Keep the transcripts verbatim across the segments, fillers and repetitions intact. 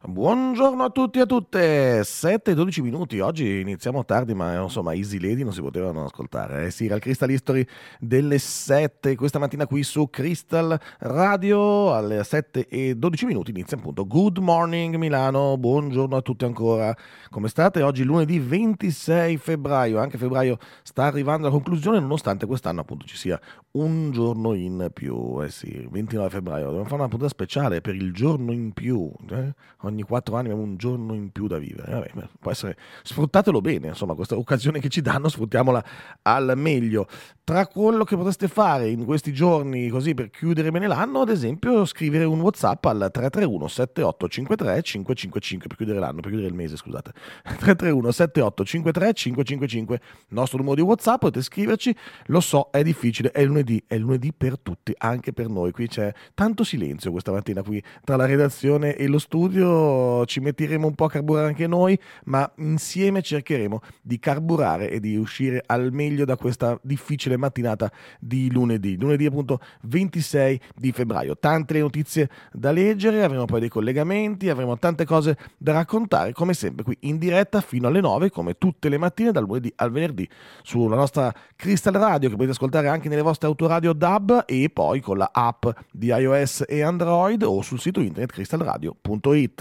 Buongiorno a tutti e a tutte, sette e dodici minuti, oggi iniziamo tardi ma insomma Easy Lady non si potevano ascoltare, eh sì, era il Crystal History delle sette, questa mattina qui su Crystal Radio alle sette e dodici minuti inizia appunto Good Morning Milano, buongiorno a tutti ancora, come state? Oggi lunedì ventisei febbraio, anche febbraio sta arrivando alla conclusione nonostante quest'anno appunto ci sia un giorno in più, eh sì, ventinove febbraio, dobbiamo fare una puntata speciale per il giorno in più, eh? Ogni quattro anni abbiamo un giorno in più da vivere. Vabbè, può essere, sfruttatelo bene, insomma, questa occasione che ci danno, sfruttiamola al meglio. Tra quello che potreste fare in questi giorni, così per chiudere bene l'anno, ad esempio, scrivere un WhatsApp al tre tre uno sette otto cinque tre cinque cinque cinque per chiudere l'anno, per chiudere il mese, scusate. tre tre uno sette otto cinque tre cinque cinque cinque, nostro numero di WhatsApp, potete scriverci. Lo so, è difficile, è lunedì, è lunedì per tutti, anche per noi. Qui c'è tanto silenzio questa mattina qui tra la redazione e lo studio. Ci metteremo un po' a carburare anche noi, ma insieme cercheremo di carburare e di uscire al meglio da questa difficile mattinata di lunedì. Lunedì appunto ventisei di febbraio. Tante notizie da leggere, avremo poi dei collegamenti, avremo tante cose da raccontare, come sempre qui in diretta fino alle nove, come tutte le mattine, dal lunedì al venerdì, sulla nostra Crystal Radio, che potete ascoltare anche nelle vostre autoradio D A B e poi con la app di iOS e Android o sul sito internet crystal radio punto it.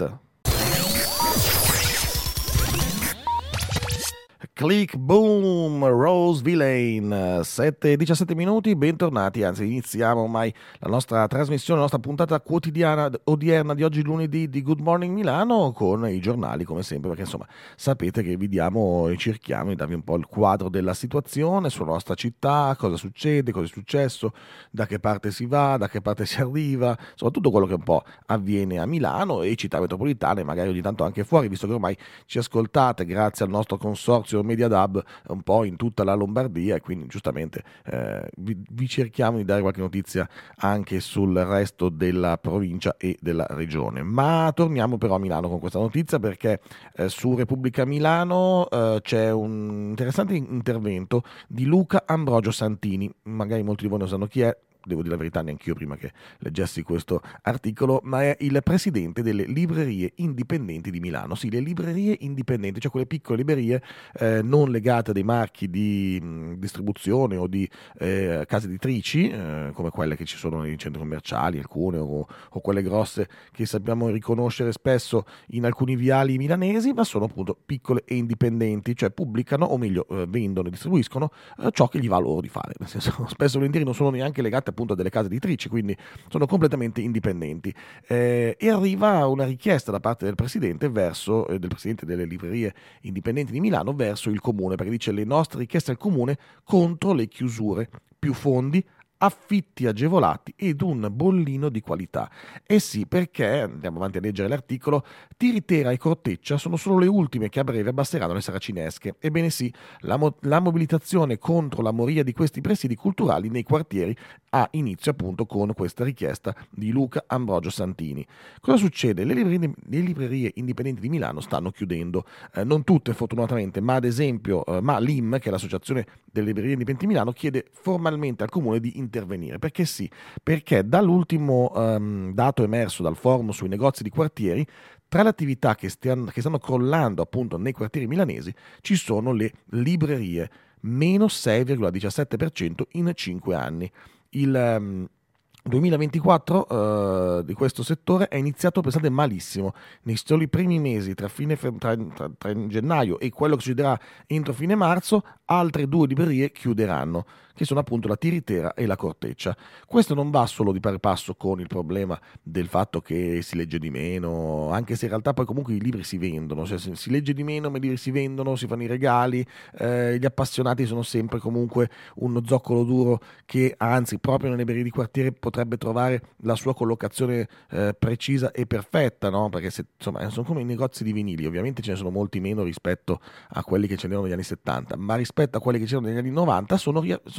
Click Boom, Rose Villain, sette e diciassette minuti, bentornati, anzi iniziamo ormai la nostra trasmissione, la nostra puntata quotidiana odierna di oggi lunedì di Good Morning Milano con i giornali come sempre, perché insomma sapete che vi diamo e cerchiamo di darvi un po' il quadro della situazione sulla nostra città, cosa succede, cosa è successo, da che parte si va, da che parte si arriva, insomma tutto quello che un po' avviene a Milano e città metropolitane, magari ogni tanto anche fuori, visto che ormai ci ascoltate grazie al nostro consorzio Media D A B un po' in tutta la Lombardia e quindi giustamente eh, vi, vi cerchiamo di dare qualche notizia anche sul resto della provincia e della regione. Ma torniamo però a Milano con questa notizia perché eh, su Repubblica Milano eh, c'è un interessante intervento di Luca Ambrogio Santini, magari molti di voi non sanno chi è. Devo dire la verità, neanch'io prima che leggessi questo articolo, ma è il presidente delle librerie indipendenti di Milano. Sì, le librerie indipendenti, cioè quelle piccole librerie eh, non legate a dei marchi di mh, distribuzione o di eh, case editrici, eh, come quelle che ci sono nei centri commerciali, alcune, o, o quelle grosse che sappiamo riconoscere spesso in alcuni viali milanesi, ma sono appunto piccole e indipendenti, cioè pubblicano, o meglio eh, vendono e distribuiscono eh, ciò che gli va loro di fare. Nel senso, spesso e volentieri non sono neanche legate appunto delle case editrici, quindi sono completamente indipendenti. Eh, e arriva una richiesta da parte del presidente verso eh, del presidente delle librerie indipendenti di Milano verso il comune, perché dice: le nostre richieste al comune contro le chiusure, più fondi, affitti agevolati ed un bollino di qualità. Eh sì, perché, andiamo avanti a leggere l'articolo, Tiritera e Corteccia sono solo le ultime che a breve abbasseranno le saracinesche. Ebbene sì, la, mo- la mobilitazione contro la moria di questi presidi culturali nei quartieri ha inizio appunto con questa richiesta di Luca Ambrogio Santini. Cosa succede? Le librerie, le librerie indipendenti di Milano stanno chiudendo, eh, non tutte fortunatamente, ma ad esempio eh, ma l'I M, che è l'associazione delle librerie indipendenti di Milano, chiede formalmente al comune di intervenire. Perché sì? Perché dall'ultimo um, dato emerso dal forum sui negozi di quartieri, tra le attività che, stiano, che stanno crollando appunto nei quartieri milanesi ci sono le librerie, meno sei virgola diciassette per cento in cinque anni. Il um, duemilaventiquattro uh, di questo settore è iniziato, pensate, malissimo. Nei soli primi mesi, tra, fine fe- tra, tra, tra gennaio e quello che succederà entro fine marzo, altre due librerie chiuderanno, che sono appunto la Tiritera e la Corteccia. Questo non va solo di pari passo con il problema del fatto che si legge di meno, anche se in realtà poi comunque i libri si vendono, cioè si legge di meno ma i libri si vendono, si fanno i regali, eh, gli appassionati sono sempre comunque uno zoccolo duro che anzi proprio nelle librerie di quartiere potrebbe trovare la sua collocazione eh, precisa e perfetta, no? Perché se, insomma sono come i negozi di vinili, ovviamente ce ne sono molti meno rispetto a quelli che c'erano negli anni settanta, ma rispetto a quelli che c'erano negli anni novanta sono, sono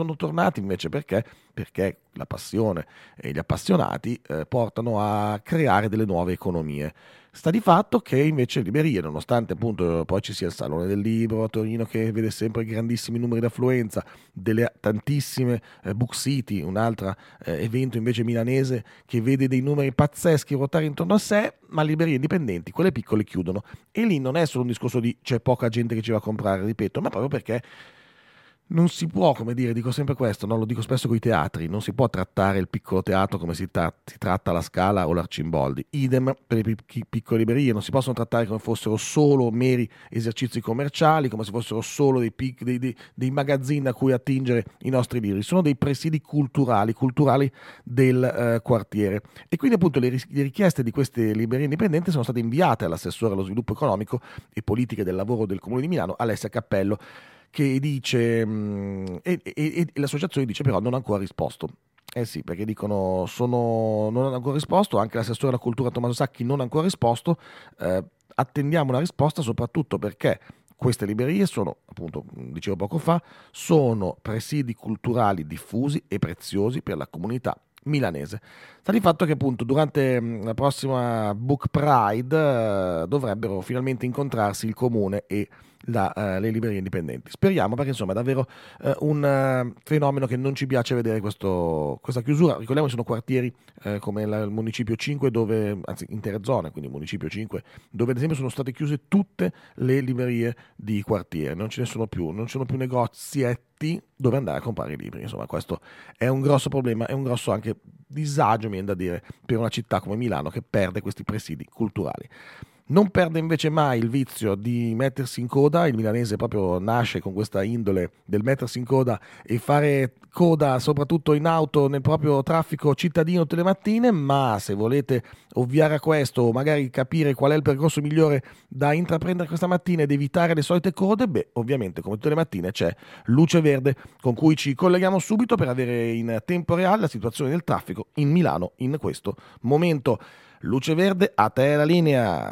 sono tornati invece perché? Perché la passione e gli appassionati eh, portano a creare delle nuove economie. Sta di fatto che invece Librerie, nonostante appunto poi ci sia il Salone del Libro a Torino che vede sempre grandissimi numeri di affluenza, delle tantissime eh, Book City, un altro eh, evento invece milanese che vede dei numeri pazzeschi ruotare intorno a sé, ma librerie indipendenti, quelle piccole, chiudono. E lì non è solo un discorso di c'è poca gente che ci va a comprare, ripeto, ma proprio perché non si può, come dire, dico sempre questo, no? Lo dico spesso con i teatri, non si può trattare il piccolo teatro come si, tra- si tratta la Scala o l'Arcimboldi. Idem per le pic- piccole librerie, non si possono trattare come fossero solo meri esercizi commerciali, come se fossero solo dei, pic- dei, dei, dei magazzini a cui attingere i nostri libri. Sono dei presidi culturali, culturali del eh, quartiere. E quindi appunto le, ris- le richieste di queste librerie indipendenti sono state inviate all'assessore allo sviluppo economico e politiche del lavoro del Comune di Milano, Alessia Cappello, che dice, mh, e, e- e l'associazione dice però non ha ancora risposto. Eh sì, perché dicono sono, non hanno ancora risposto, anche l'assessore alla cultura Tommaso Sacchi non ha ancora risposto, eh, attendiamo una risposta soprattutto perché queste librerie sono, appunto, dicevo poco fa, sono presidi culturali diffusi e preziosi per la comunità milanese. Sta di fatto che appunto durante mh, la prossima Book Pride eh, dovrebbero finalmente incontrarsi il comune e la, eh, le librerie indipendenti. Speriamo perché insomma è davvero eh, un eh, fenomeno che non ci piace vedere questo- questa chiusura. Ricordiamo che sono quartieri eh, come la- il Municipio cinque dove, anzi intere zone, quindi Municipio cinque, dove ad esempio sono state chiuse tutte le librerie di quartiere, non ce ne sono più, non ci sono più negozietti dove andare a comprare i libri. Insomma, questo è un grosso problema, è un grosso anche disagio, mi viene da dire, per una città come Milano che perde questi presidi culturali. Non perde invece mai il vizio di mettersi in coda, il milanese proprio nasce con questa indole del mettersi in coda e fare coda soprattutto in auto nel proprio traffico cittadino tutte le mattine, ma se volete ovviare a questo o magari capire qual è il percorso migliore da intraprendere questa mattina ed evitare le solite code, beh, ovviamente come tutte le mattine c'è Luce Verde con cui ci colleghiamo subito per avere in tempo reale la situazione del traffico in Milano in questo momento. Luce Verde, a te la linea.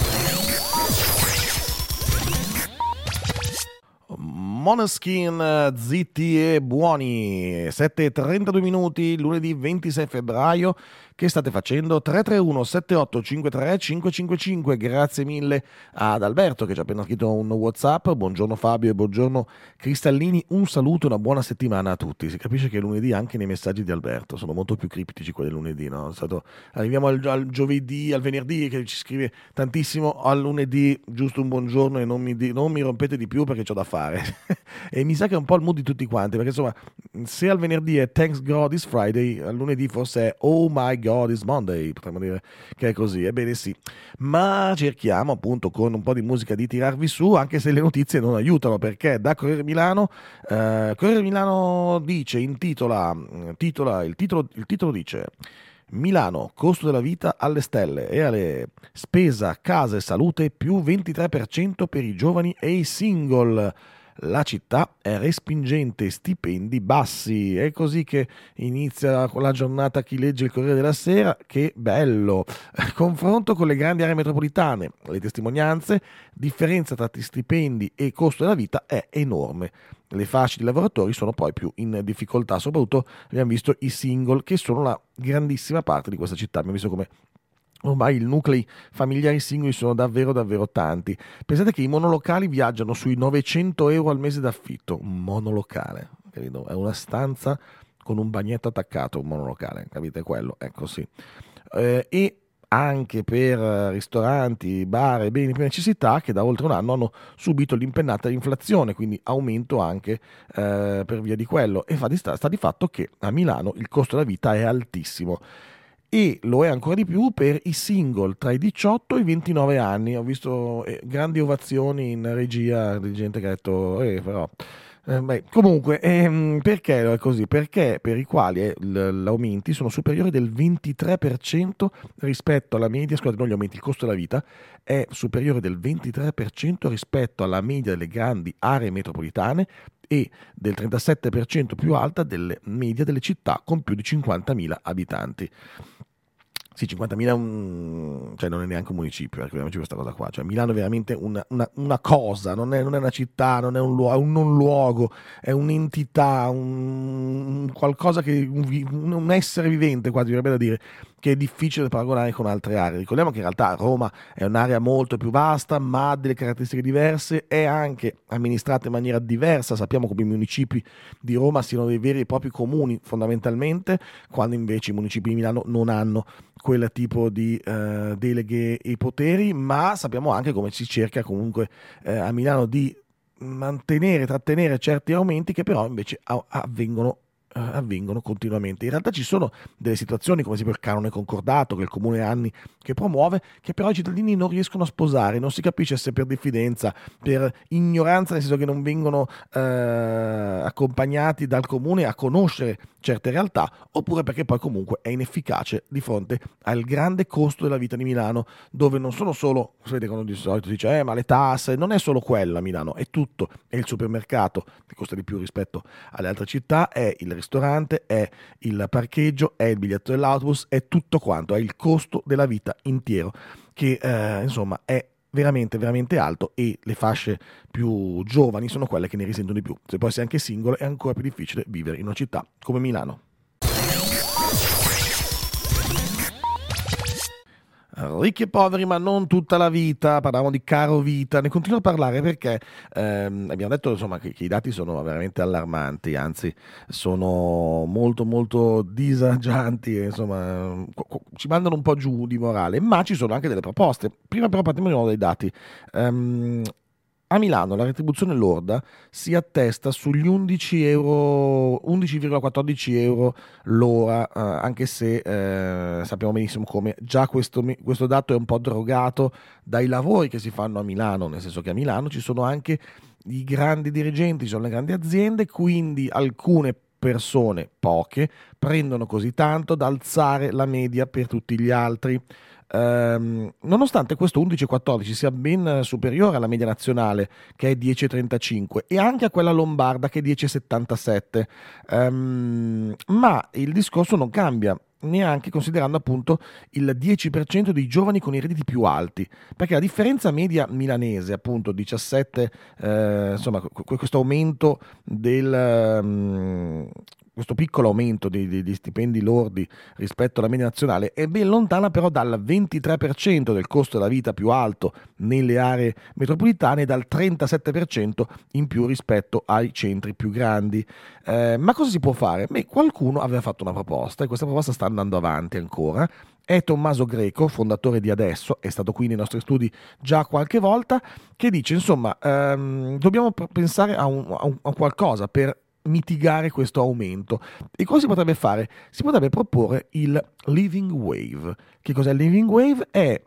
Måneskin, zitti e buoni, sette e trentadue minuti, lunedì ventisei febbraio. Che state facendo? tre tre uno sette otto cinque tre cinque cinque cinque. Grazie mille ad Alberto che ci ha appena scritto un WhatsApp. Buongiorno Fabio e buongiorno Cristallini. Un saluto e una buona settimana a tutti. Si capisce che lunedì anche nei messaggi di Alberto sono molto più criptici quelli del lunedì, no? È stato- arriviamo al, al giovedì, al venerdì che ci scrive tantissimo, al lunedì giusto un buongiorno e non mi, di- non mi rompete di più perché c'ho da fare. E mi sa che è un po' il mood di tutti quanti, perché insomma, se al venerdì è Thanks God is Friday, al lunedì forse è Oh my God is Monday, potremmo dire che è così, ebbene sì. Ma cerchiamo appunto con un po' di musica di tirarvi su, anche se le notizie non aiutano, perché da Corriere Milano, eh, Corriere Milano dice, intitola, titola, il titolo, il titolo dice Milano, costo della vita alle stelle e alle spesa, casa e salute più ventitré per cento per i giovani e i single. La città è respingente, stipendi bassi. È così che inizia la giornata chi legge il Corriere della Sera. Che bello! Confronto con le grandi aree metropolitane. Le testimonianze, differenza tra stipendi e costo della vita è enorme. Le fasce di lavoratori sono poi più in difficoltà, soprattutto abbiamo visto i single che sono la grandissima parte di questa città. Abbiamo visto come ormai i nuclei familiari singoli sono davvero davvero tanti. Pensate che i monolocali viaggiano sui novecento euro al mese d'affitto. Un monolocale, capito? È una stanza con un bagnetto attaccato, un monolocale, capite quello? Ecco sì. Eh, e anche per eh, ristoranti, bar e beni di prima necessità che da oltre un anno hanno subito l'impennata dell'inflazione, quindi aumento anche eh, per via di quello. E fa di sta, sta di fatto che a Milano il costo della vita è altissimo. E lo è ancora di più per i single tra i diciotto e i ventinove anni. Ho visto eh, grandi ovazioni in regia di gente che ha detto, eh, però... eh, beh, comunque, ehm, perché è così? Perché per i quali eh, l- gli aumenti sono superiori del ventitré per cento rispetto alla media, scusate, non gli aumenti, il costo della vita è superiore del ventitré per cento rispetto alla media delle grandi aree metropolitane e del trentasette per cento più alta delle media delle città con più di cinquantamila abitanti. Sì, cinquantamila è un... cioè non è neanche un municipio, ricordiamoci questa cosa qua. Cioè Milano è veramente una, una- una cosa, non è, non è una città, non è un, luo- è un non luogo, è un'entità, un, un qualcosa che... Un, vi- un- un essere vivente, quasi verrebbe da dire, che è difficile da paragonare con altre aree. Ricordiamo che in realtà Roma è un'area molto più vasta, ma ha delle caratteristiche diverse, è anche amministrata in maniera diversa. Sappiamo come i municipi di Roma siano dei veri e propri comuni, fondamentalmente, quando invece i municipi di Milano non hanno quel tipo di eh, deleghe e poteri, ma sappiamo anche come si cerca comunque eh, a Milano di mantenere, trattenere certi aumenti che però invece a- avvengono eh, avvengono continuamente. In realtà ci sono delle situazioni, come ad esempio il canone concordato che il comune ha anni che promuove, che però i cittadini non riescono a sposare, non si capisce se per diffidenza, per ignoranza, nel senso che non vengono eh, accompagnati dal comune a conoscere certe realtà, oppure perché poi comunque è inefficace di fronte al grande costo della vita di Milano, dove non sono solo, sapete quando di solito si dice, eh, ma le tasse, non è solo quella a Milano, è tutto, è il supermercato che costa di più rispetto alle altre città, è il ristorante, è il parcheggio, è il biglietto dell'autobus, è tutto quanto, è il costo della vita intero, che eh, insomma è veramente veramente alto, e le fasce più giovani sono quelle che ne risentono di più. Se poi sei anche singolo è ancora più difficile vivere in una città come Milano. Ricchi e poveri, ma non tutta la vita. Parlavamo di caro vita, ne continuo a parlare perché ehm, abbiamo detto insomma che, che i dati sono veramente allarmanti, anzi sono molto molto disagianti, e, insomma co- co- ci mandano un po' giù di morale, ma ci sono anche delle proposte. Prima però partiamo dai dati. Ehm, a Milano la retribuzione lorda si attesta sugli undici euro, undici virgola quattordici euro l'ora, eh, anche se eh, sappiamo benissimo come già questo, mi- questo dato è un po' drogato dai lavori che si fanno a Milano, nel senso che a Milano ci sono anche i grandi dirigenti, ci sono le grandi aziende, quindi alcune persone, poche, prendono così tanto da alzare la media per tutti gli altri. Ehm, nonostante questo undici virgola quattordici sia ben superiore alla media nazionale, che è dieci virgola trentacinque, e anche a quella lombarda, che è dieci virgola settantasette. Ehm, ma il discorso non cambia, neanche considerando appunto il dieci per cento dei giovani con i redditi più alti, perché la differenza media milanese, appunto diciassette, eh, insomma, qu- questo aumento del, ehm, questo piccolo aumento dei- degli stipendi lordi rispetto alla media nazionale è ben lontana però dal ventitré per cento del costo della vita più alto nelle aree metropolitane, e dal trentasette per cento in più rispetto ai centri più grandi. Eh, ma cosa si può fare? Beh, qualcuno aveva fatto una proposta, e questa proposta sta andando avanti ancora. È Tommaso Greco, fondatore di Adesso, è stato qui nei nostri studi già qualche volta, che dice, insomma, ehm, dobbiamo pr- pensare a, un- a un- a qualcosa per mitigare questo aumento. E cosa si potrebbe fare? Si potrebbe proporre il Living Wave. Che cos'è il Living Wave? È,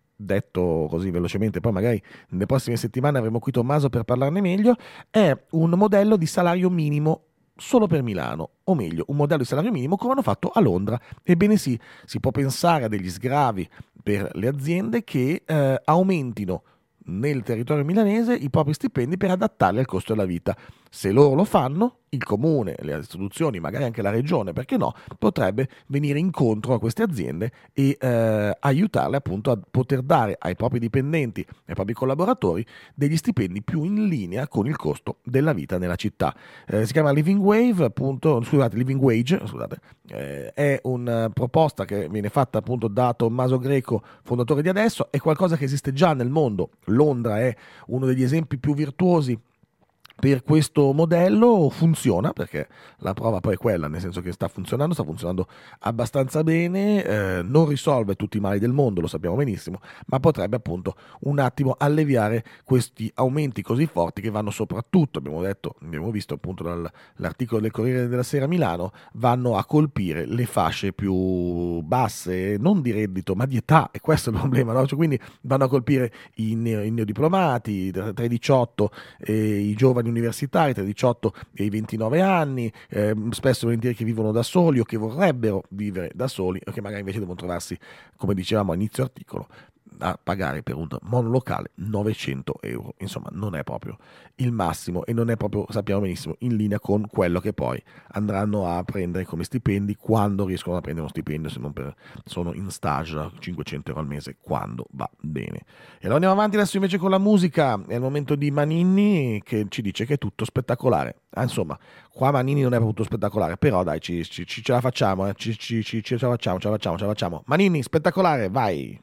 detto così velocemente, poi magari nelle prossime settimane avremo qui Tommaso per parlarne meglio, è un modello di salario minimo solo per Milano, o meglio, un modello di salario minimo come hanno fatto a Londra. Ebbene sì, si può pensare a degli sgravi per le aziende che eh, aumentino nel territorio milanese i propri stipendi per adattarli al costo della vita. Se loro lo fanno, il comune, le istituzioni, magari anche la regione, perché no, potrebbe venire incontro a queste aziende e eh, aiutarle appunto a poter dare ai propri dipendenti, ai propri collaboratori, degli stipendi più in linea con il costo della vita nella città. Eh, si chiama Living Wave, appunto, scusate, Living Wage, scusate, eh, è una proposta che viene fatta appunto da Tommaso Greco, fondatore di Adesso, è qualcosa che esiste già nel mondo. Londra è uno degli esempi più virtuosi per questo modello, funziona, perché la prova poi è quella, nel senso che sta funzionando, sta funzionando abbastanza bene, eh, non risolve tutti i mali del mondo, lo sappiamo benissimo, ma potrebbe appunto un attimo alleviare questi aumenti così forti che vanno soprattutto, abbiamo detto, abbiamo visto appunto dall'articolo del Corriere della Sera Milano, vanno a colpire le fasce più basse, non di reddito, ma di età, e questo è il problema, no? Cioè, quindi vanno a colpire i, neo, i neodiplomati tra i diciotto e i giovani universitari tra i diciotto e i ventinove anni, eh, spesso e volentieri che vivono da soli o che vorrebbero vivere da soli, o che magari invece devono trovarsi, come dicevamo a inizio articolo, a pagare per un monolocale novecento euro. Insomma, non è proprio il massimo e non è proprio, sappiamo benissimo, in linea con quello che poi andranno a prendere come stipendi quando riescono a prendere uno stipendio, se non per, sono in stage cinquecento euro al mese, quando va bene. E allora andiamo avanti adesso invece con la musica. È il momento di Manini che ci dice che è tutto spettacolare. Ah, insomma, qua Manini non è tutto spettacolare, però dai, ci, ci- ci- ce la facciamo, eh. ci, ci- ci- ce la facciamo, ce la facciamo, ce la facciamo. Manini, spettacolare, vai!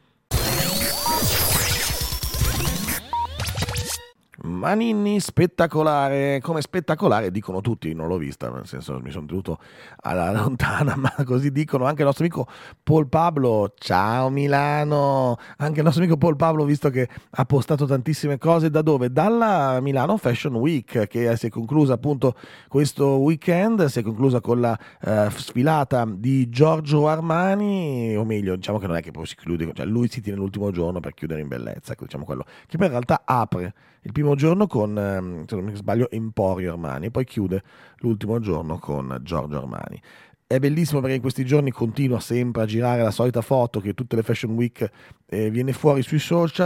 Manini spettacolare, come spettacolare dicono tutti, non l'ho vista, nel senso mi sono tenuto alla lontana, ma così dicono anche il nostro amico Paul Pablo. Ciao Milano, anche il nostro amico Paul Pablo, visto che ha postato tantissime cose, da dove? Dalla Milano Fashion Week, che si è conclusa appunto questo weekend, si è conclusa con la eh, sfilata di Giorgio Armani, o meglio, diciamo che non è che poi si chiude, cioè lui si tiene l'ultimo giorno per chiudere in bellezza, ecco, diciamo quello, che poi in realtà apre il primo giorno con, ehm, se non mi sbaglio, Emporio Armani e poi chiude l'ultimo giorno con Giorgio Armani. È bellissimo perché in questi giorni continua sempre a girare la solita foto che tutte le Fashion Week eh, viene fuori sui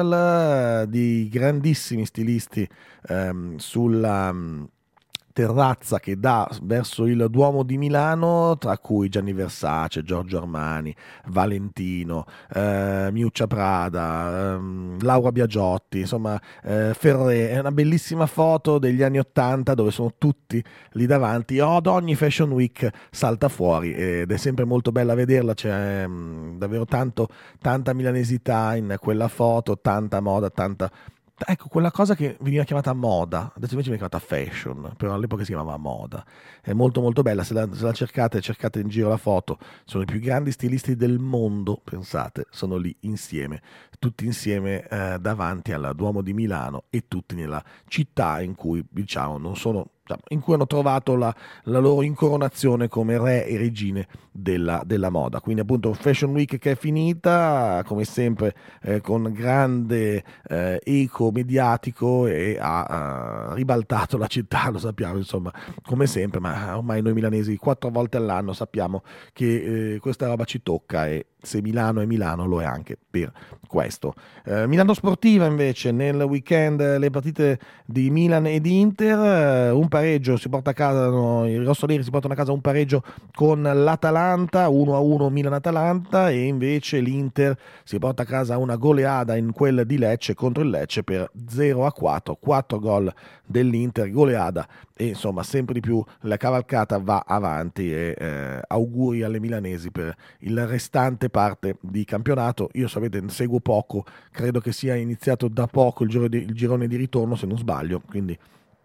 social eh, di grandissimi stilisti ehm, sulla mh, terrazza che dà verso il Duomo di Milano, tra cui Gianni Versace, Giorgio Armani, Valentino, eh, Miuccia Prada, ehm, Laura Biagiotti, insomma eh, Ferré. È una bellissima foto degli anni Ottanta dove sono tutti lì davanti. Ad ogni Fashion Week salta fuori ed è sempre molto bella vederla. C'è mm, davvero tanto, tanta milanesità in quella foto, tanta moda, tanta. Ecco, quella cosa che veniva chiamata moda, adesso invece viene chiamata fashion, però all'epoca si chiamava moda. È molto molto bella, se la, se la cercate, cercate in giro la foto, sono i più grandi stilisti del mondo, pensate, sono lì insieme, tutti insieme eh, davanti al Duomo di Milano e tutti nella città in cui, diciamo, non sono, in cui hanno trovato la, la loro incoronazione come re e regine della, della moda. Quindi appunto Fashion Week che è finita, come sempre eh, con grande eh, eco mediatico e ha uh, ribaltato la città, lo sappiamo insomma, come sempre, ma ormai noi milanesi quattro volte all'anno sappiamo che eh, questa roba ci tocca e se Milano è Milano lo è anche per questo. Eh, Milano Sportiva invece nel weekend le partite di Milan e di Inter, eh, un pareggio si porta a casa, no, i rossoneri si portano a casa un pareggio con l'Atalanta, uno a uno Milan-Atalanta e invece l'Inter si porta a casa una goleada in quel di Lecce contro il Lecce per zero a quattro, quattro gol dell'Inter, goleada e insomma sempre di più la cavalcata va avanti e eh, auguri alle milanesi per il restante parte di campionato. Io sapete seguo poco, credo che sia iniziato da poco il, giro di, il girone di ritorno se non sbaglio, quindi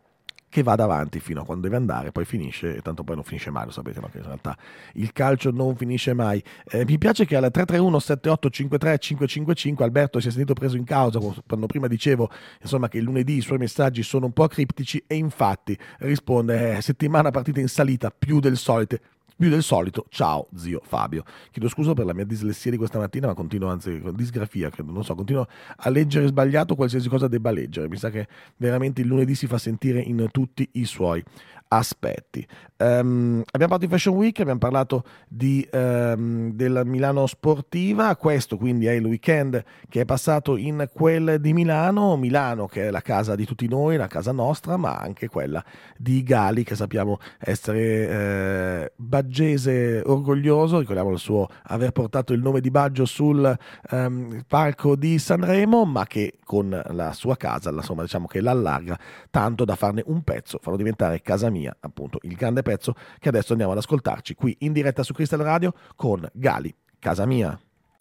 che vada avanti fino a quando deve andare, poi finisce, e tanto poi non finisce mai, lo sapete, no? Che in realtà il calcio non finisce mai. Eh, mi piace che al tre tre uno sette otto cinque tre cinque cinque cinque Alberto si è sentito preso in causa quando prima dicevo insomma che il lunedì i suoi messaggi sono un po' criptici e infatti risponde eh, settimana partita in salita più del solito. Più del solito, ciao zio Fabio. Chiedo scusa per la mia dislessia di questa mattina, ma continuo, anzi, disgrafia, credo, non so, continuo a leggere sbagliato qualsiasi cosa debba leggere. Mi sa che veramente il lunedì si fa sentire in tutti i suoi aspetti. Um, abbiamo parlato di Fashion Week, abbiamo parlato di, um, della Milano Sportiva, questo quindi è il weekend che è passato in quel di Milano, Milano che è la casa di tutti noi, la casa nostra, ma anche quella di Gali che sappiamo essere eh, baggese orgoglioso, ricordiamo il suo aver portato il nome di Baggio sul um, palco di Sanremo, ma che con la sua casa, insomma diciamo che l'allarga tanto da farne un pezzo, farlo diventare casa mia, appunto il grande pezzo che adesso andiamo ad ascoltarci qui in diretta su Crystal Radio con Gali, casa mia.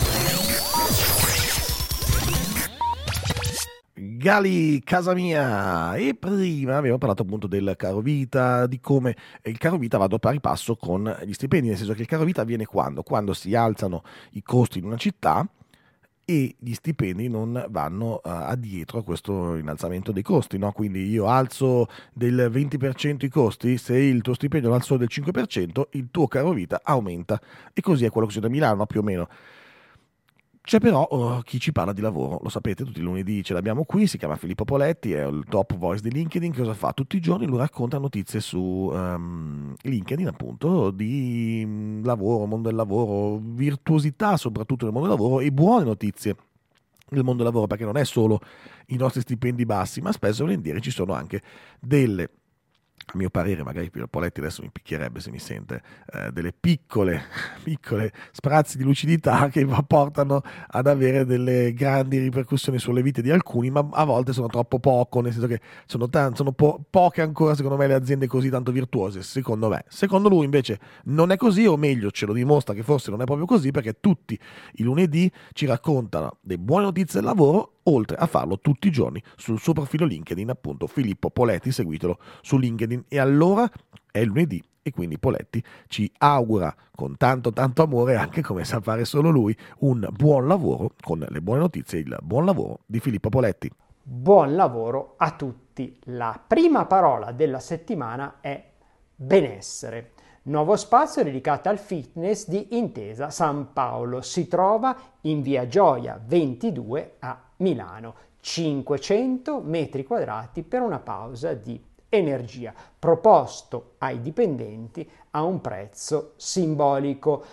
Gali, casa mia. E prima abbiamo parlato appunto del caro vita, di come il caro vita va a pari passo con gli stipendi, nel senso che il caro vita avviene quando? Quando si alzano i costi in una città e gli stipendi non vanno uh, addietro a questo innalzamento dei costi, no? Quindi io alzo del venti per cento i costi, se il tuo stipendio lo alzo del cinque per cento, il tuo caro vita aumenta. E così è quello che succede a Milano, più o meno. C'è però oh, chi ci parla di lavoro, lo sapete, tutti i lunedì ce l'abbiamo qui, si chiama Filippo Poletti, è il top voice di LinkedIn, che cosa fa? Tutti i giorni lui racconta notizie su um, LinkedIn appunto, di um, lavoro, mondo del lavoro, virtuosità soprattutto nel mondo del lavoro e buone notizie del mondo del lavoro, perché non è solo i nostri stipendi bassi, ma spesso e volentieri ci sono anche delle, a mio parere, magari Poletti adesso mi picchierebbe se mi sente, eh, delle piccole, piccole sprazzi di lucidità che portano ad avere delle grandi ripercussioni sulle vite di alcuni, ma a volte sono troppo poco, nel senso che sono, tan- sono po- poche ancora, secondo me, le aziende così tanto virtuose, secondo me. Secondo lui invece non è così, o meglio ce lo dimostra che forse non è proprio così, perché tutti i lunedì ci raccontano le buone notizie del lavoro, oltre a farlo tutti i giorni sul suo profilo LinkedIn, appunto Filippo Poletti, seguitelo su LinkedIn. E allora è lunedì e quindi Poletti ci augura con tanto tanto amore, anche come sa fare solo lui, un buon lavoro con le buone notizie, il buon lavoro di Filippo Poletti. Buon lavoro a tutti. La prima parola della settimana è benessere. Nuovo spazio dedicato al fitness di Intesa San Paolo. Si trova in via Gioia ventidue a Milano. cinquecento metri quadrati per una pausa di energia, proposto ai dipendenti a un prezzo simbolico,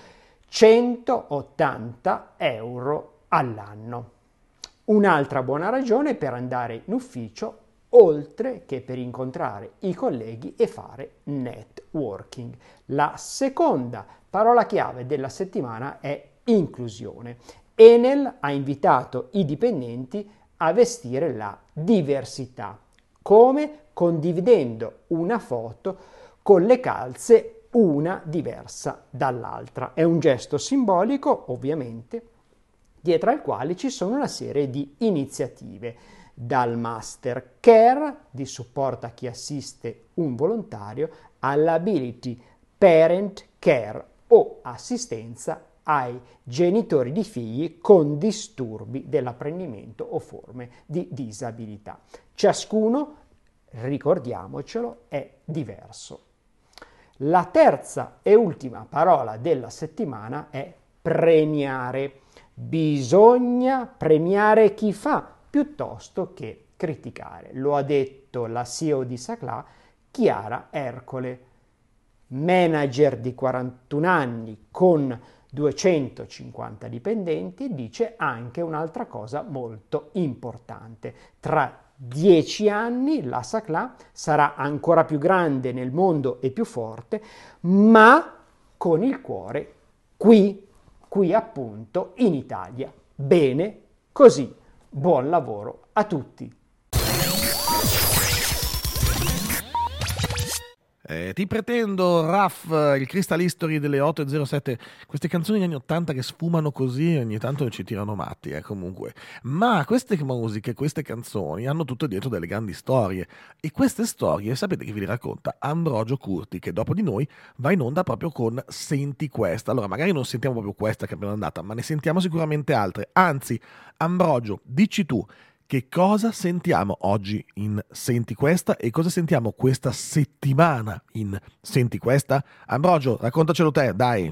centottanta euro all'anno. Un'altra buona ragione per andare in ufficio, oltre che per incontrare i colleghi e fare networking. La seconda parola chiave della settimana è inclusione. Enel ha invitato i dipendenti a vestire la diversità. Come? Condividendo una foto con le calze una diversa dall'altra. È un gesto simbolico, ovviamente, dietro al quale ci sono una serie di iniziative, dal Master Care, di supporto a chi assiste un volontario, all'Ability Parent Care o assistenza ai genitori di figli con disturbi dell'apprendimento o forme di disabilità. Ciascuno, ricordiamocelo, è diverso. La terza e ultima parola della settimana è premiare. Bisogna premiare chi fa piuttosto che criticare. Lo ha detto la C E O di Saclà, Chiara Ercole, manager di quarantuno anni con duecentocinquanta dipendenti, dice anche un'altra cosa molto importante. Tra dieci anni la Saclà sarà ancora più grande nel mondo e più forte, ma con il cuore qui, qui appunto in Italia. Bene così. Buon lavoro a tutti. Eh, ti pretendo, Raff, il Crystal History delle otto e zero sette, queste canzoni degli anni ottanta che sfumano così ogni tanto ci tirano matti, eh, comunque. Ma queste musiche, queste canzoni hanno tutto dietro delle grandi storie. E queste storie, sapete che vi le racconta Ambrogio Curti, che dopo di noi va in onda proprio con Senti Questa. Allora, magari non sentiamo proprio questa che abbiamo andata, ma ne sentiamo sicuramente altre. Anzi, Ambrogio, dici tu, che cosa sentiamo oggi in Senti Questa e cosa sentiamo questa settimana in Senti Questa? Ambrogio, raccontacelo te, dai.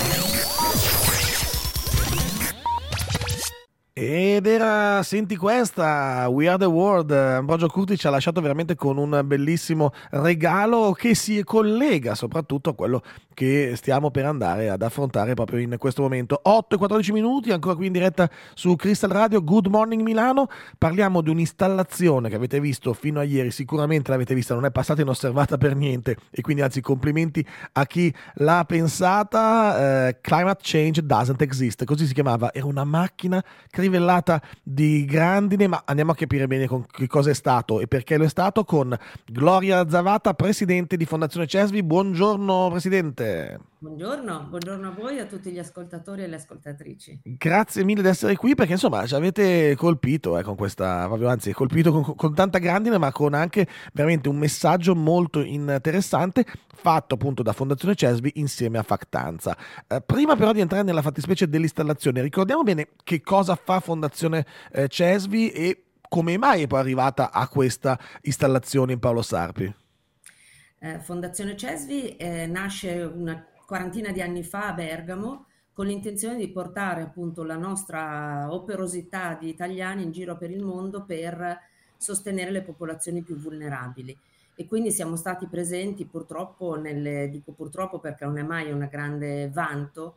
Ed era, senti questa, We Are The World. Ambrogio Curti ci ha lasciato veramente con un bellissimo regalo che si collega soprattutto a quello che stiamo per andare ad affrontare proprio in questo momento. otto e quattordici minuti, ancora qui in diretta su Crystal Radio, Good Morning Milano. Parliamo di un'installazione che avete visto fino a ieri, sicuramente l'avete vista, non è passata inosservata per niente, e quindi anzi complimenti a chi l'ha pensata. eh, Climate Change Doesn't Exist, così si chiamava, era una macchina crivellata di grandine, ma andiamo a capire bene con che cosa è stato e perché lo è stato con Gloria Zavata, presidente di Fondazione Cesvi. Buongiorno Presidente. Buongiorno, buongiorno a voi e a tutti gli ascoltatori e le ascoltatrici. Grazie mille di essere qui, perché insomma ci avete colpito eh, con questa, proprio, anzi colpito con, con tanta grandine, ma con anche veramente un messaggio molto interessante fatto appunto da Fondazione Cesvi insieme a Factanza. Eh, prima però di entrare nella fattispecie dell'installazione, ricordiamo bene che cosa fa Fondazione eh, Cesvi e come mai è poi arrivata a questa installazione in Paolo Sarpi. Eh, Fondazione Cesvi eh, nasce una quarantina di anni fa a Bergamo con l'intenzione di portare appunto la nostra operosità di italiani in giro per il mondo per sostenere le popolazioni più vulnerabili. E quindi siamo stati presenti purtroppo nelle, dico purtroppo perché non è mai un grande vanto,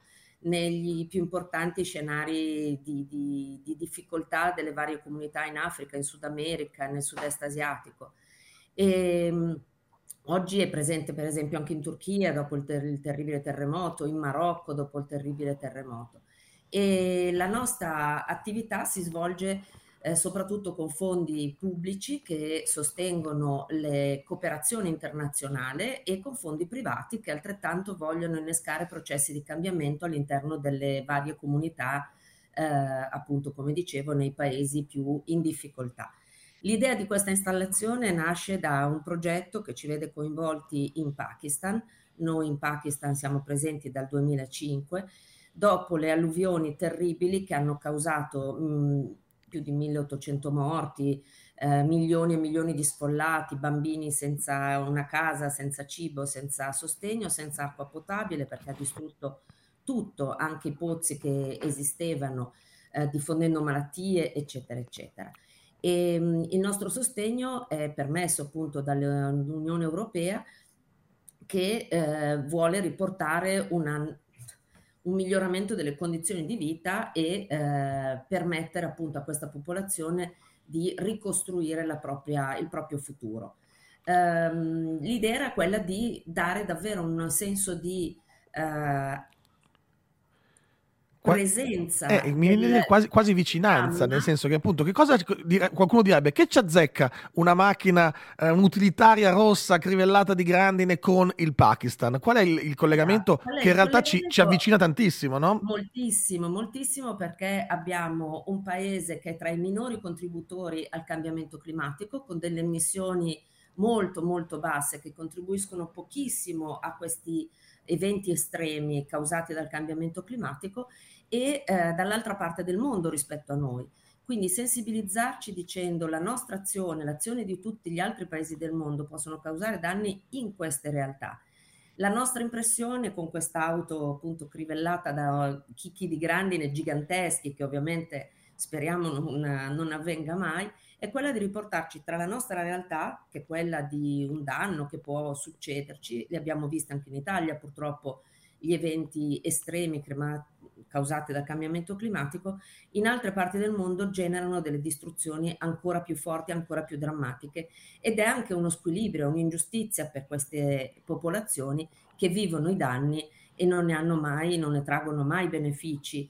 negli più importanti scenari di, di, di difficoltà delle varie comunità in Africa, in Sud America, nel sud-est asiatico. E, mh, oggi è presente per esempio anche in Turchia dopo il, ter- il terribile terremoto, in Marocco dopo il terribile terremoto. E la nostra attività si svolge eh, soprattutto con fondi pubblici che sostengono le cooperazioni internazionali e con fondi privati che altrettanto vogliono innescare processi di cambiamento all'interno delle varie comunità, eh, appunto come dicevo, nei paesi più in difficoltà. L'idea di questa installazione nasce da un progetto che ci vede coinvolti in Pakistan. Noi in Pakistan siamo presenti dal duemilacinque, dopo le alluvioni terribili che hanno causato mh, più di milleottocento morti, eh, milioni e milioni di sfollati, bambini senza una casa, senza cibo, senza sostegno, senza acqua potabile, perché ha distrutto tutto, anche i pozzi che esistevano, eh, diffondendo malattie, eccetera, eccetera. E, mh, il nostro sostegno è permesso appunto dall'Unione Europea, che eh, vuole riportare una, un miglioramento delle condizioni di vita e eh, permettere appunto a questa popolazione di ricostruire la propria, il proprio futuro. Ehm, l'idea era quella di dare davvero un senso di eh, Qua- eh, presenza mi viene da del, dire quasi, quasi vicinanza, nel mamma. senso che appunto che cosa dire- qualcuno direbbe che ci azzecca una macchina, eh, un'utilitaria rossa crivellata di grandine con il Pakistan? Qual è il, il Esatto. collegamento Qual è che in il realtà ci, ci collegamento? avvicina tantissimo, no? Moltissimo, moltissimo, perché abbiamo un paese che è tra i minori contributori al cambiamento climatico, con delle emissioni molto molto basse che contribuiscono pochissimo a questi eventi estremi causati dal cambiamento climatico, e eh, dall'altra parte del mondo rispetto a noi. Quindi sensibilizzarci dicendo la nostra azione, l'azione di tutti gli altri paesi del mondo possono causare danni in queste realtà. La nostra impressione con quest'auto appunto crivellata da chicchi di grandine giganteschi, che ovviamente speriamo non, non avvenga mai, è quella di riportarci tra la nostra realtà, che è quella di un danno che può succederci, li abbiamo visti anche in Italia purtroppo, gli eventi estremi crema- causati dal cambiamento climatico, in altre parti del mondo generano delle distruzioni ancora più forti, ancora più drammatiche, ed è anche uno squilibrio, un'ingiustizia per queste popolazioni che vivono i danni e non ne hanno mai, non ne traggono mai benefici.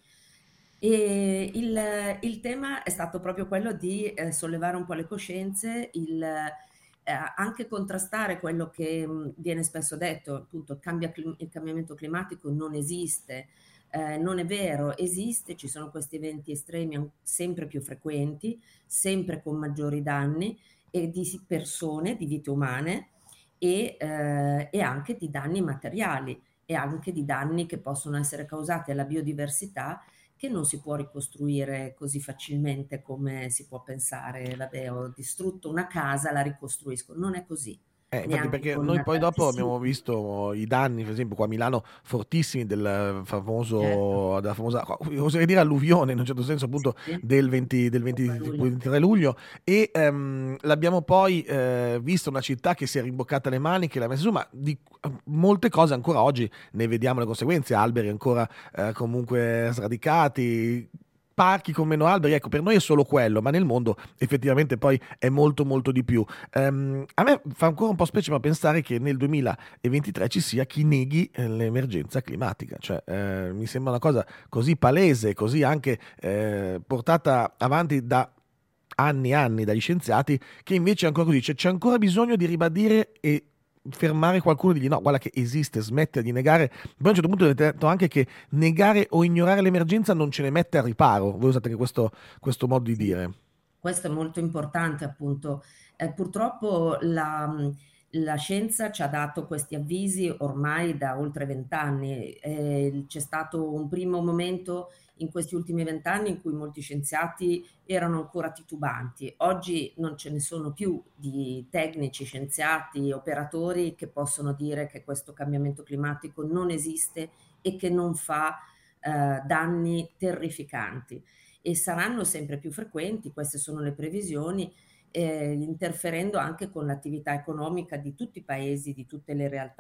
E il, il tema è stato proprio quello di eh, sollevare un po' le coscienze, il, eh, anche contrastare quello che mh, viene spesso detto, appunto il, cambia, il cambiamento climatico non esiste. Eh, non è vero, esiste, ci sono questi eventi estremi sempre più frequenti, sempre con maggiori danni, e di persone, di vite umane, e, eh, e anche di danni materiali, e anche di danni che possono essere causati alla biodiversità, che non si può ricostruire così facilmente come si può pensare. Vabbè, ho distrutto una casa, la ricostruisco. Non è così, Eh, infatti, neanche perché con noi poi dopo tantissimi abbiamo fondi. visto i danni, per esempio, qua a Milano, fortissimi del Certo, famoso, della famosa, oserei dire alluvione, in un certo senso, appunto, sì, del venti, del a luglio. ventitré luglio, e ehm, l'abbiamo poi eh, visto una città che si è rimboccata le maniche, l'ha messa su, ma di molte cose ancora oggi ne vediamo le conseguenze, alberi ancora eh, comunque sradicati, parchi con meno alberi, ecco, per noi è solo quello, ma nel mondo effettivamente poi è molto molto di più. Ehm, a me fa ancora un po' specie ma pensare che nel duemilaventitré ci sia chi neghi eh, l'emergenza climatica, cioè eh, mi sembra una cosa così palese, così anche eh, portata avanti da anni e anni dagli scienziati, che invece è ancora così, cioè, c'è ancora bisogno di ribadire e fermare qualcuno e dirgli no, guarda che esiste, smette di negare. Poi a un certo punto avete detto anche che negare o ignorare l'emergenza non ce ne mette al riparo. Voi usate anche questo, questo modo di Sì, dire. questo è molto importante, appunto. Eh, purtroppo la, mh, la scienza ci ha dato questi avvisi ormai da oltre vent'anni. Eh, c'è stato un primo momento in questi ultimi vent'anni in cui molti scienziati erano ancora titubanti. Oggi non ce ne sono più di tecnici, scienziati, operatori che possono dire che questo cambiamento climatico non esiste e che non fa eh, danni terrificanti, e saranno sempre più frequenti, queste sono le previsioni, eh, interferendo anche con l'attività economica di tutti i paesi, di tutte le realtà.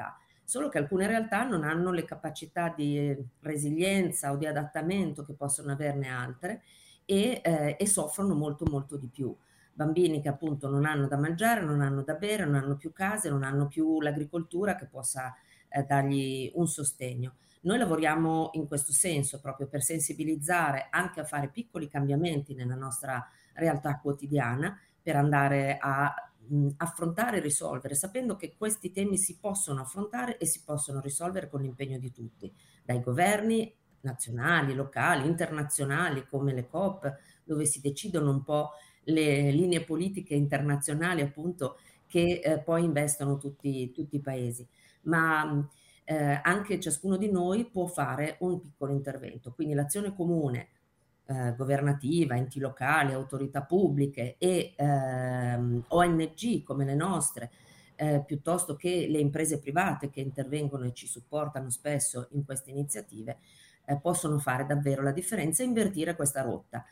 solo che alcune realtà non hanno le capacità di resilienza o di adattamento che possono averne altre e, eh, e soffrono molto molto di più. Bambini che appunto non hanno da mangiare, non hanno da bere, non hanno più case, non hanno più l'agricoltura che possa eh, dargli un sostegno. Noi lavoriamo in questo senso proprio per sensibilizzare anche a fare piccoli cambiamenti nella nostra realtà quotidiana per andare a mh, affrontare e risolvere, sapendo che questi temi si possono affrontare e si possono risolvere con l'impegno di tutti, dai governi nazionali, locali, internazionali come le COP, dove si decidono un po' le linee politiche internazionali appunto che eh, poi investono tutti, tutti i paesi. Ma eh, anche ciascuno di noi può fare un piccolo intervento, quindi l'azione comune eh, governativa, enti locali, autorità pubbliche e ehm, O N G come le nostre, eh, piuttosto che le imprese private che intervengono e ci supportano spesso in queste iniziative, eh, possono fare davvero la differenza e invertire questa rotta.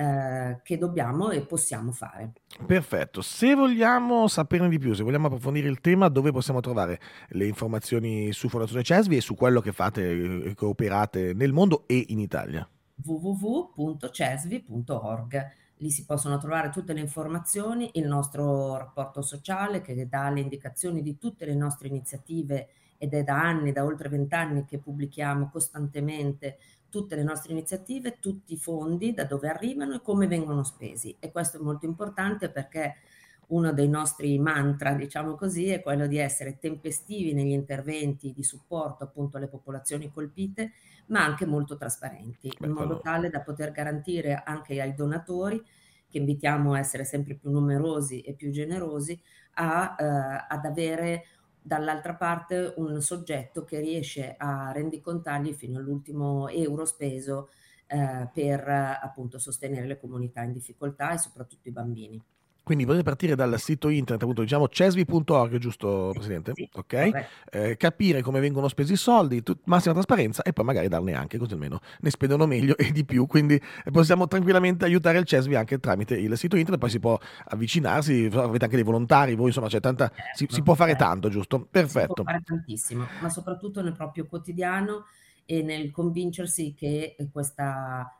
Eh, che dobbiamo e possiamo fare. Perfetto, se vogliamo saperne di più, se vogliamo approfondire il tema, dove possiamo trovare le informazioni su Fondazione CESVI e su quello che fate e che operate nel mondo e in Italia? w w w punto cesvi punto org. Lì si possono trovare tutte le informazioni, il nostro rapporto sociale che dà le indicazioni di tutte le nostre iniziative ed è da anni, da oltre vent'anni che pubblichiamo costantemente tutte le nostre iniziative, tutti i fondi, da dove arrivano e come vengono spesi. E questo è molto importante perché uno dei nostri mantra, diciamo così, è quello di essere tempestivi negli interventi di supporto appunto alle popolazioni colpite, ma anche molto trasparenti, Beh, in modo quello... tale da poter garantire anche ai donatori, che invitiamo a essere sempre più numerosi e più generosi, a, eh, ad avere dall'altra parte un soggetto che riesce a rendicontargli fino all'ultimo euro speso eh, per appunto sostenere le comunità in difficoltà e soprattutto i bambini. Quindi potete partire dal sito internet, appunto, diciamo cesvi punto org, giusto, Sì, Presidente? sì, Ok? Eh, capire come vengono spesi i soldi, tut- massima trasparenza e poi magari darne anche, così almeno ne spendono meglio e di più. Quindi possiamo tranquillamente aiutare il CESVI anche tramite il sito internet, poi si può avvicinarsi, avete anche dei volontari, voi insomma c'è tanta, si, si certo, può fare certo. tanto, giusto? Si può Perfetto. fare tantissimo, ma soprattutto nel proprio quotidiano e nel convincersi che questa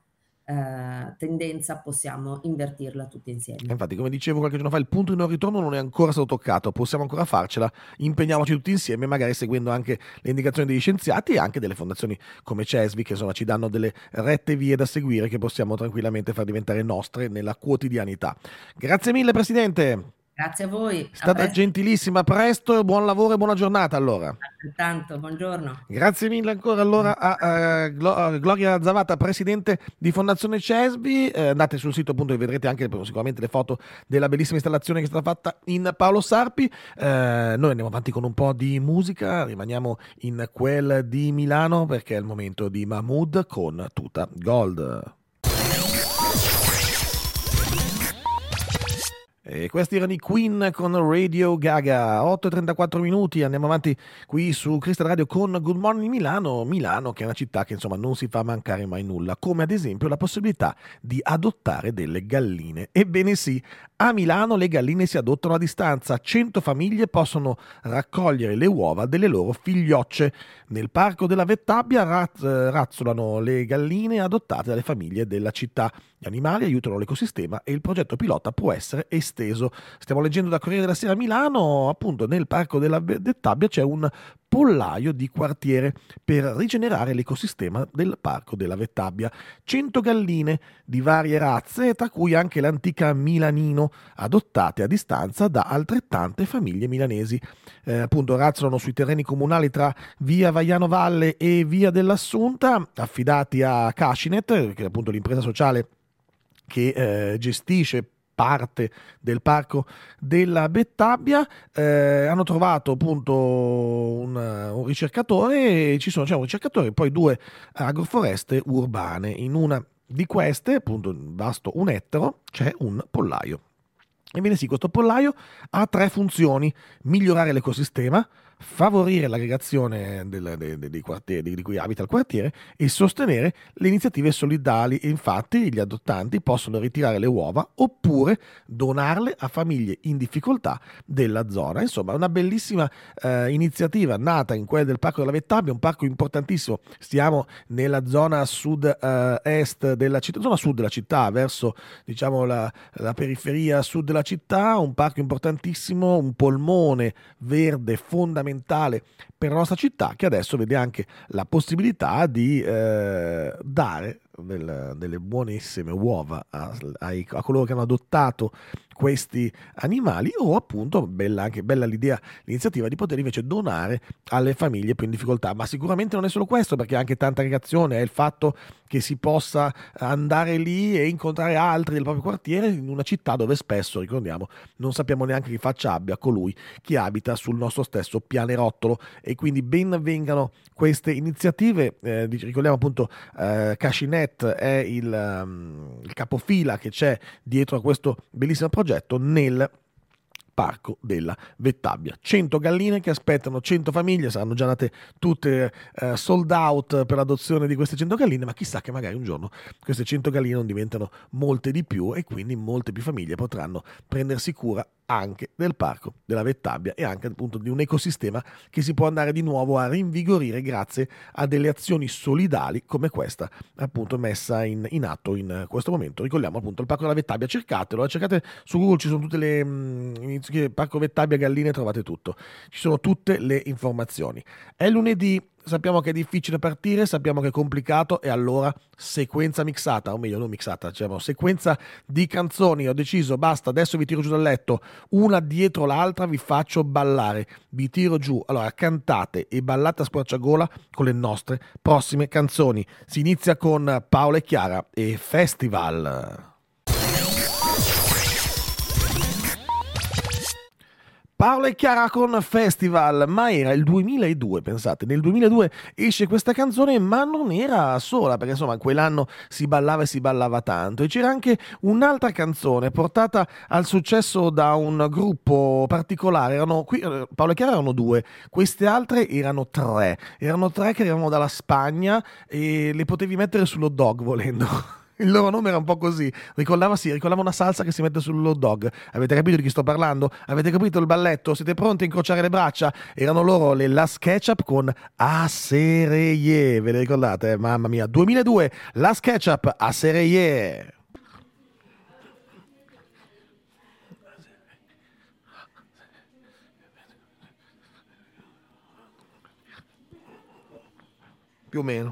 eh, tendenza possiamo invertirla tutti insieme. Infatti, come dicevo qualche giorno fa, il punto di non ritorno non è ancora stato toccato, possiamo ancora farcela, impegniamoci tutti insieme, magari seguendo anche le indicazioni degli scienziati e anche delle fondazioni come CESVI, che insomma ci danno delle rette vie da seguire che possiamo tranquillamente far diventare nostre nella quotidianità. Grazie mille, Presidente. Grazie a voi. È stata a gentilissima, presto, buon lavoro e buona giornata allora. Altrettanto, buongiorno. Grazie mille ancora allora a, a, a Gloria Zavata, Presidente di Fondazione CESVI. Eh, andate sul sito appunto e vedrete anche sicuramente le foto della bellissima installazione che è stata fatta in Paolo Sarpi. Eh, noi andiamo avanti con un po' di musica, rimaniamo in quel di Milano perché è il momento di Mahmood con Tuta Gold. E questi erano i Queen con Radio Gaga. Otto e trentaquattro minuti, andiamo avanti qui su Crystal Radio con Good Morning Milano. Milano che è una città che insomma non si fa mancare mai nulla, come ad esempio la possibilità di adottare delle galline. Ebbene sì, a Milano le galline si adottano a distanza, cento famiglie possono raccogliere le uova delle loro figliocce. Nel parco della Vettabbia raz- razzolano le galline adottate dalle famiglie della città. Gli animali aiutano l'ecosistema e il progetto pilota può essere esteso. Stiamo leggendo da Corriere della Sera a Milano, appunto nel parco della Vettabbia c'è un pollaio di quartiere per rigenerare l'ecosistema del parco della Vettabbia. cento galline di varie razze, tra cui anche l'antica Milanino, adottate a distanza da altrettante famiglie milanesi. Eh, appunto razzolano sui terreni comunali tra via Vaiano Valle e via dell'Assunta, affidati a Cascinet, che è appunto l'impresa sociale che eh, gestisce parte del parco della Vettabbia. Eh, hanno trovato appunto un, un ricercatore, ci sono, c'è un ricercatore e poi due agroforeste urbane. In una di queste, appunto vasto un ettaro, c'è un pollaio. Ebbene sì, questo pollaio ha tre funzioni: migliorare l'ecosistema, favorire l'aggregazione del, de, de, dei quartieri di cui abita il quartiere e sostenere le iniziative solidali. Infatti gli adottanti possono ritirare le uova oppure donarle a famiglie in difficoltà della zona. Insomma, una bellissima eh, iniziativa nata in quella del Parco della Vettabbia, un parco importantissimo. Stiamo nella zona sud-est eh, della città, zona sud della città, verso diciamo la, la periferia sud della città, un parco importantissimo, un polmone verde fondamentale per la nostra città, che adesso vede anche la possibilità di eh, dare del, delle buonissime uova a, a, a coloro che hanno adottato questi animali, o appunto bella anche bella l'idea, l'iniziativa di poter invece donare alle famiglie più in difficoltà. Ma sicuramente non è solo questo, perché anche tanta aggregazione è il fatto che si possa andare lì e incontrare altri del proprio quartiere in una città dove spesso, ricordiamo, non sappiamo neanche che faccia abbia colui che abita sul nostro stesso pianerottolo. E quindi ben vengano queste iniziative. Eh, ricordiamo appunto eh, Cascinet è il, um, il capofila che c'è dietro a questo bellissimo progetto nel Parco della Vettabbia. cento galline che aspettano cento famiglie, saranno già nate tutte eh, sold out per l'adozione di queste cento galline, ma chissà che magari un giorno queste cento galline non diventano molte di più e quindi molte più famiglie potranno prendersi cura anche del Parco della Vettabbia e anche appunto di un ecosistema che si può andare di nuovo a rinvigorire grazie a delle azioni solidali come questa appunto messa in, in atto in questo momento. Ricordiamo appunto il Parco della Vettabbia, cercatelo, cercate su Google, ci sono tutte le mh, Parco Vettabbia Galline, trovate tutto, ci sono tutte le informazioni. È lunedì, sappiamo che è difficile partire, sappiamo che è complicato, e allora sequenza mixata, o meglio non mixata, diciamo sequenza di canzoni. Ho deciso, basta, adesso vi tiro giù dal letto, una dietro l'altra vi faccio ballare, vi tiro giù, allora cantate e ballate a squarciagola con le nostre prossime canzoni. Si inizia con Paola e Chiara e Festival. Paola e Chiara con Festival, ma era il duemiladue, pensate, nel duemiladue esce questa canzone, ma non era sola, perché insomma quell'anno si ballava e si ballava tanto, e c'era anche un'altra canzone portata al successo da un gruppo particolare. Erano qui, Paola e Chiara erano due, queste altre erano tre, erano tre che arrivavano dalla Spagna e le potevi mettere sull'hot dog volendo. Il loro nome era un po' così, ricordava, sì, ricordava una salsa che si mette sull'hot dog. Avete capito di chi sto parlando? Avete capito il balletto? Siete pronti a incrociare le braccia? Erano loro le Las Ketchup con A Sereye, ve le ricordate? Mamma mia, duemiladue, Las Ketchup, A Sereye. Più o meno.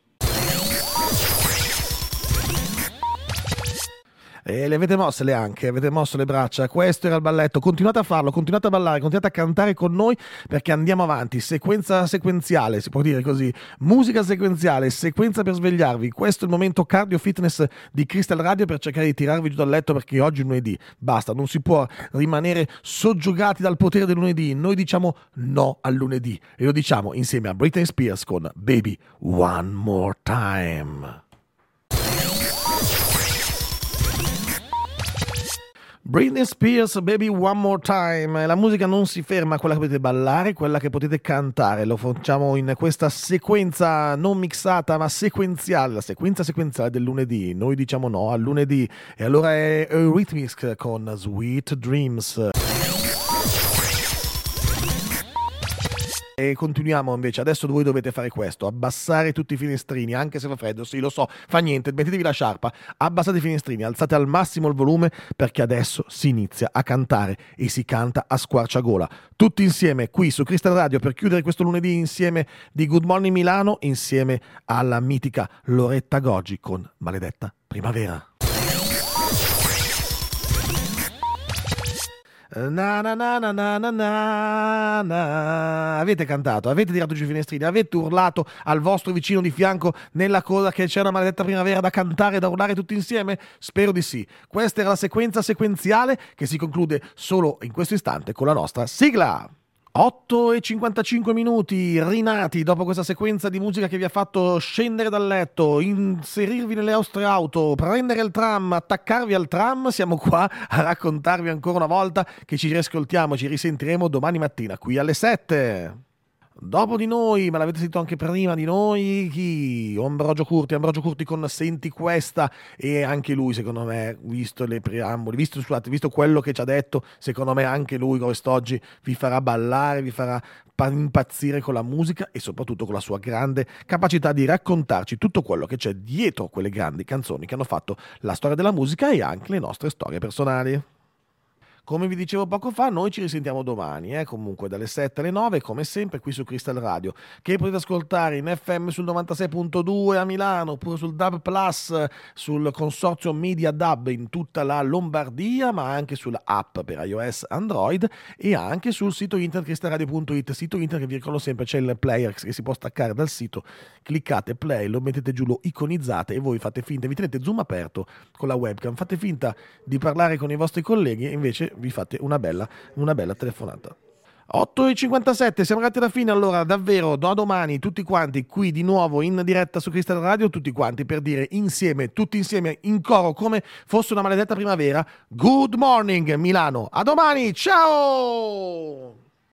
E le avete mosse le anche, avete mosso le braccia, questo era il balletto, continuate a farlo, continuate a ballare, continuate a cantare con noi perché andiamo avanti, sequenza sequenziale, si può dire così, musica sequenziale, sequenza per svegliarvi. Questo è il momento cardio fitness di Crystal Radio per cercare di tirarvi giù dal letto, perché oggi è lunedì, basta, non si può rimanere soggiogati dal potere del lunedì. Noi diciamo no al lunedì e lo diciamo insieme a Britney Spears con Baby One More Time. Britney Spears, Baby One More Time. La musica non si ferma, quella che potete ballare, quella che potete cantare. Lo facciamo in questa sequenza non mixata ma sequenziale, la sequenza sequenziale del lunedì. Noi diciamo no al lunedì, e allora è Eurythmics con Sweet Dreams. E continuiamo invece, adesso voi dovete fare questo, abbassare tutti i finestrini, anche se fa freddo, sì lo so, fa niente, mettetevi la sciarpa, abbassate i finestrini, alzate al massimo il volume, perché adesso si inizia a cantare e si canta a squarciagola, tutti insieme qui su Crystal Radio per chiudere questo lunedì insieme di Good Morning Milano, insieme alla mitica Loretta Goggi con Maledetta Primavera. Na na na na na na na na. Avete cantato, avete tirato giù i finestrini, avete urlato al vostro vicino di fianco nella coda che c'è una maledetta primavera da cantare, da urlare tutti insieme? Spero di sì. Questa era la sequenza sequenziale che si conclude solo in questo istante con la nostra sigla. otto e cinquantacinque minuti, rinati dopo questa sequenza di musica che vi ha fatto scendere dal letto, inserirvi nelle vostre auto, prendere il tram, attaccarvi al tram. Siamo qua a raccontarvi ancora una volta che ci riascoltiamo, ci risentiremo domani mattina qui alle sette. Dopo di noi, ma l'avete sentito anche prima di noi, chi? Ambrogio Curti, Ambrogio Curti con Senti Questa, e anche lui secondo me, visto le preamboli, visto, scusate, visto quello che ci ha detto, secondo me anche lui quest'oggi vi farà ballare, vi farà impazzire con la musica e soprattutto con la sua grande capacità di raccontarci tutto quello che c'è dietro quelle grandi canzoni che hanno fatto la storia della musica e anche le nostre storie personali. Come vi dicevo poco fa, noi ci risentiamo domani, eh, comunque dalle sette alle nove, come sempre qui su Crystal Radio, che potete ascoltare in F M sul novantasei virgola due a Milano, oppure sul D A B Plus, sul consorzio Media D A B in tutta la Lombardia, ma anche sulla app per iOS, Android e anche sul sito internet crystalradio punto it, sito internet che vi ricordo sempre c'è il player che si può staccare dal sito, cliccate play, lo mettete giù, lo iconizzate e voi fate finta, vi tenete Zoom aperto con la webcam, fate finta di parlare con i vostri colleghi e invece vi fate una bella, una bella telefonata. otto e cinquantasette, siamo arrivati alla fine, allora davvero da domani tutti quanti qui di nuovo in diretta su Crystal Radio, tutti quanti per dire insieme, tutti insieme in coro come fosse una maledetta primavera, good morning Milano, a domani, ciao!